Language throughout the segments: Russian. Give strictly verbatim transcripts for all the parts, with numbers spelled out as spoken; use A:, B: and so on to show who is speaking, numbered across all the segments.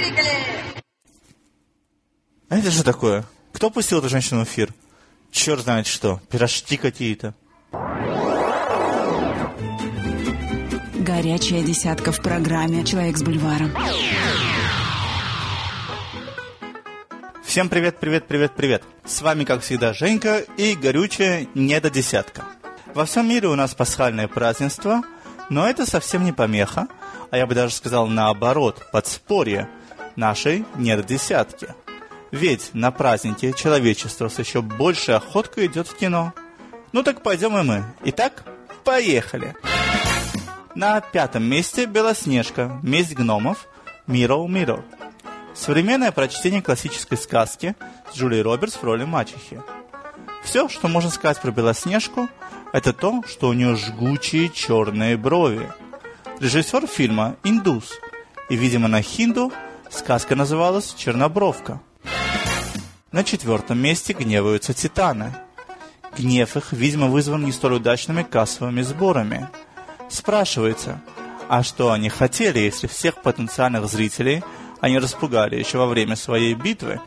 A: А это же такое? Кто пустил эту женщину в эфир? Черт знает что, пирожки какие-то.
B: Горячая десятка в программе «Человек с бульваром».
A: Всем привет, привет, привет, привет. С вами, как всегда, Женька и горючая недодесятка. Во всем мире у нас пасхальное празднество, но это совсем не помеха, а я бы даже сказал наоборот, подспорье нашей недодесятки. Ведь на празднике человечество с еще большей охоткой идет в кино. Ну так пойдем и мы. Итак, поехали. На пятом месте «Белоснежка. Месть гномов. Mirror Mirror». Современное прочтение классической сказки с Джулией Робертс в роли мачехи. Все, что можно сказать про Белоснежку, это то, что у нее жгучие черные брови. Режиссер фильма индус, и, видимо, на хинду сказка называлась «Чернобровка». На четвертом месте гневаются титаны. Гнев их, видимо, вызван не столь удачными кассовыми сборами. Спрашивается, а что они хотели, если всех потенциальных зрителей они распугали еще во время своей битвы?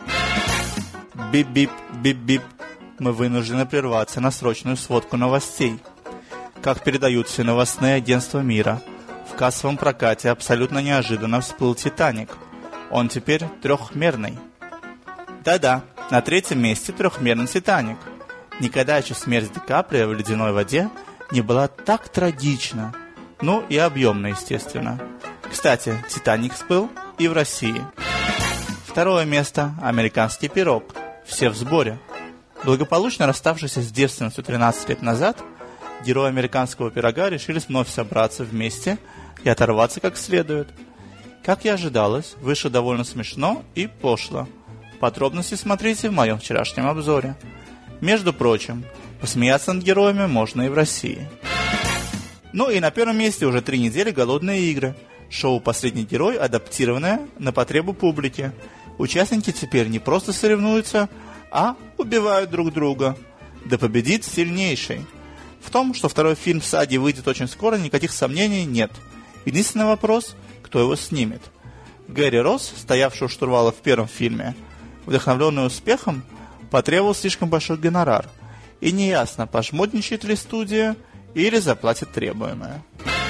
A: Бип-бип, бип-бип. Мы вынуждены прерваться на срочную сводку новостей. Как передают все новостные агентства мира, в кассовом прокате абсолютно неожиданно всплыл «Титаник». Он теперь трехмерный. Да-да, на третьем месте трехмерный «Титаник». Никогда еще смерть Ди Каприо в ледяной воде не была так трагична. Ну и объемна, естественно. Кстати, «Титаник» всплыл и в России. Второе место – «Американский пирог». Все в сборе. Благополучно расставшись с девственностью тринадцать лет назад, герои «Американского пирога» решили вновь собраться вместе и оторваться как следует. Как и ожидалось, вышло довольно смешно и пошло. Подробности смотрите в моем вчерашнем обзоре. Между прочим, посмеяться над героями можно и в России. Ну и на первом месте уже три недели «Голодные игры». Шоу «Последний герой», адаптированное на потребу публики. Участники теперь не просто соревнуются, а убивают друг друга. Да победит сильнейший. В том, что второй фильм в саге выйдет очень скоро, никаких сомнений нет. Единственный вопрос – кто его снимет. Гэри Росс, стоявший у штурвала в первом фильме, вдохновленный успехом, потребовал слишком большой гонорар. И неясно, пожмотничает ли студия или заплатит требуемое.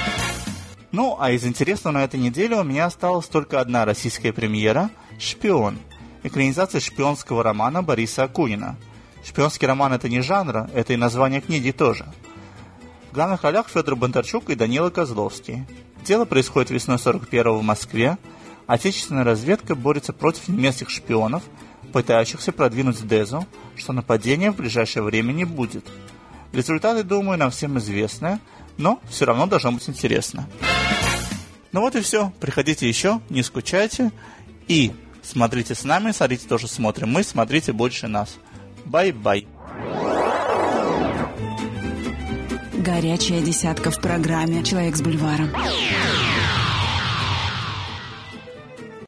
A: Ну, а из интересного на этой неделе у меня осталась только одна российская премьера «Шпион». Экранизация шпионского романа Бориса Акунина. Шпионский роман – это не жанр, это и название книги тоже. В главных ролях Федор Бондарчук и Данила Козловский. Дело происходит весной сорок первого в Москве. Отечественная разведка борется против немецких шпионов, пытающихся продвинуть Дезу, что нападения в ближайшее время не будет. Результаты, думаю, нам всем известны, но все равно должно быть интересно. Ну вот и все. Приходите еще, не скучайте и смотрите с нами, смотрите тоже смотрим мы, смотрите больше нас. Бай-бай.
B: Горячая десятка в программе «Человек с бульваром».